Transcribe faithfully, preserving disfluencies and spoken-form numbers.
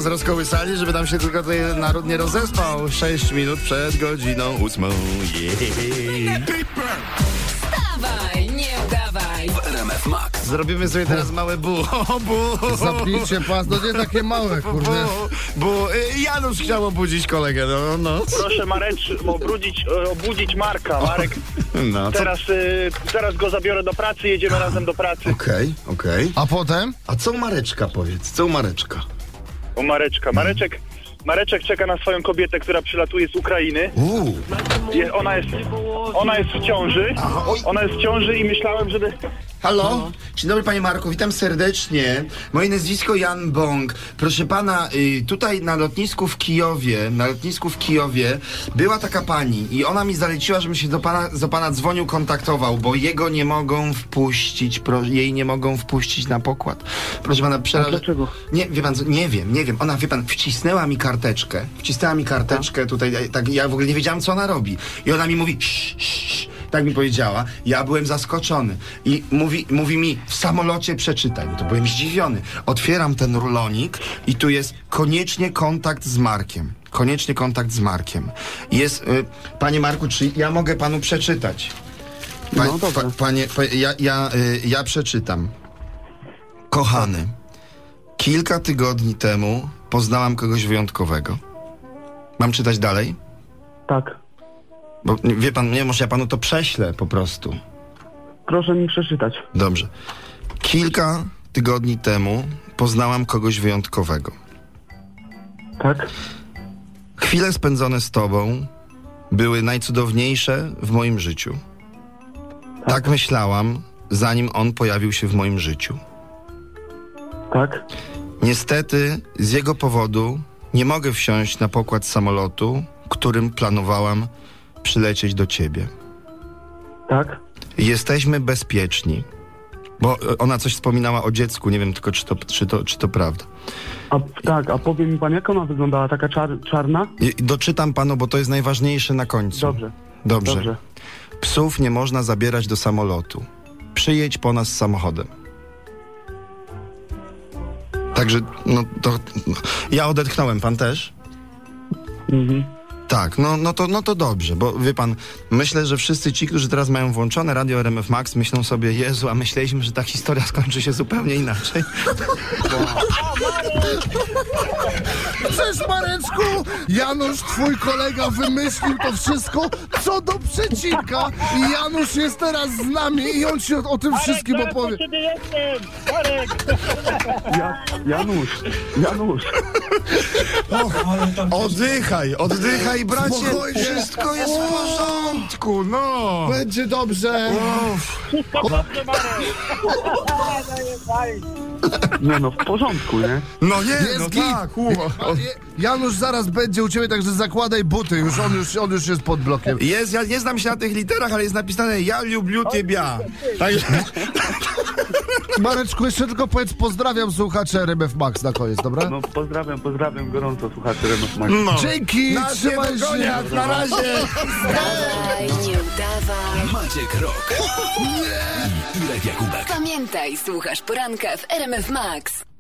teraz rozkołysali, żeby tam się tylko tutaj naród nie rozespał. Sześć minut przed godziną ósmą. Yeah. Wstawaj, nie udawaj. W R M F Max. Zrobimy sobie teraz małe bu. O, bu. Zapnijcie pas, no nie takie małe, kurde. Bu, bu. Y, Janusz chciał obudzić kolegę, no, no. Proszę Marecz, obudzić, obudzić Marka. Marek, No, co? teraz, y, teraz go zabiorę do pracy, jedziemy razem do pracy. Okej, okej. A potem? A co u Mareczka, powiedz? Co u Mareczka? U Mareczka. Mareczek, Mareczek czeka na swoją kobietę, która przylatuje z Ukrainy. Uuu. Je, ona, jest, ona jest w ciąży. Ona jest w ciąży i myślałem, żeby... Halo? Dzień dobry, panie Marku, witam serdecznie. Moje nazwisko Jan Bąk. Proszę pana, y, tutaj na lotnisku w Kijowie, na lotnisku w Kijowie była taka pani i ona mi zaleciła, żebym się do pana, do pana dzwonił, kontaktował, bo jego nie mogą wpuścić, pro, jej nie mogą wpuścić na pokład. Proszę pana, przeraża... dlaczego? Nie, wie pan co, nie wiem, nie wiem. Ona, wie pan, wcisnęła mi karteczkę, wcisnęła mi karteczkę tutaj, tak, ja w ogóle nie wiedziałem, co ona robi. I ona mi mówi, sz, sz, tak mi powiedziała. Ja byłem zaskoczony. I mówi, mówi mi, w samolocie przeczytaj. To byłem zdziwiony. Otwieram ten rulonik i tu jest koniecznie kontakt z Markiem. Koniecznie kontakt z Markiem. Jest, y, panie Marku, czy ja mogę panu przeczytać? Pa, No, dobrze. pa, panie, pa, ja, ja, y, ja przeczytam. Kochany, kilka tygodni temu poznałam kogoś wyjątkowego. Mam czytać dalej? Tak. Bo wie pan, nie, może ja panu to prześlę po prostu. Proszę mi przeczytać. Dobrze. Kilka tygodni temu poznałam kogoś wyjątkowego. Tak? Chwile spędzone z tobą były najcudowniejsze w moim życiu. Tak, tak myślałam, zanim on pojawił się w moim życiu. Tak? Niestety, z jego powodu nie mogę wsiąść na pokład samolotu, którym planowałam przylecieć do ciebie. Tak? Jesteśmy bezpieczni. Bo ona coś wspominała o dziecku, nie wiem tylko, czy to, czy to, czy to prawda. A, tak, a powie mi pan, jak ona wyglądała? Taka czar, czarna? I doczytam panu, bo to jest najważniejsze na końcu. Dobrze. Dobrze. Dobrze. Psów nie można zabierać do samolotu. Przyjedź po nas samochodem. Także, no to... No, ja odetchnąłem, pan też? Mhm. Tak, no, no, to, no to dobrze, bo wie pan, myślę, że wszyscy ci, którzy teraz mają włączone radio R M F Max, myślą sobie, Jezu, a myśleliśmy, że ta historia skończy się zupełnie inaczej. Cześć, Mareczku! Janusz, twój kolega, wymyślił to wszystko co do przecinka i Janusz jest teraz z nami i on ci o, o tym wszystkim opowie. Ja, Janusz, Janusz. Oddychaj, oddychaj, bracie, Spokojnie. wszystko jest w porządku, no. Będzie dobrze. Nie no, w porządku, nie? No nie, Jest no git. tak. u- o- Janusz zaraz będzie u ciebie, także zakładaj buty. Już on już, on już jest pod blokiem. Jest, ja nie znam się na tych literach, ale jest napisane ja lubię ciebie. Także... Mareczku, jeszcze tylko powiedz pozdrawiam słuchacze R M F Max na koniec, dobra? No pozdrawiam, pozdrawiam gorąco słuchaczy R M F Max. No. Dzięki, Na trzymaj się. Goniak, na razie. Wstawaj, nie udawaj. Maciek Rok. I Irek Jakubek. Pamiętaj, słuchasz poranka w R M F Max.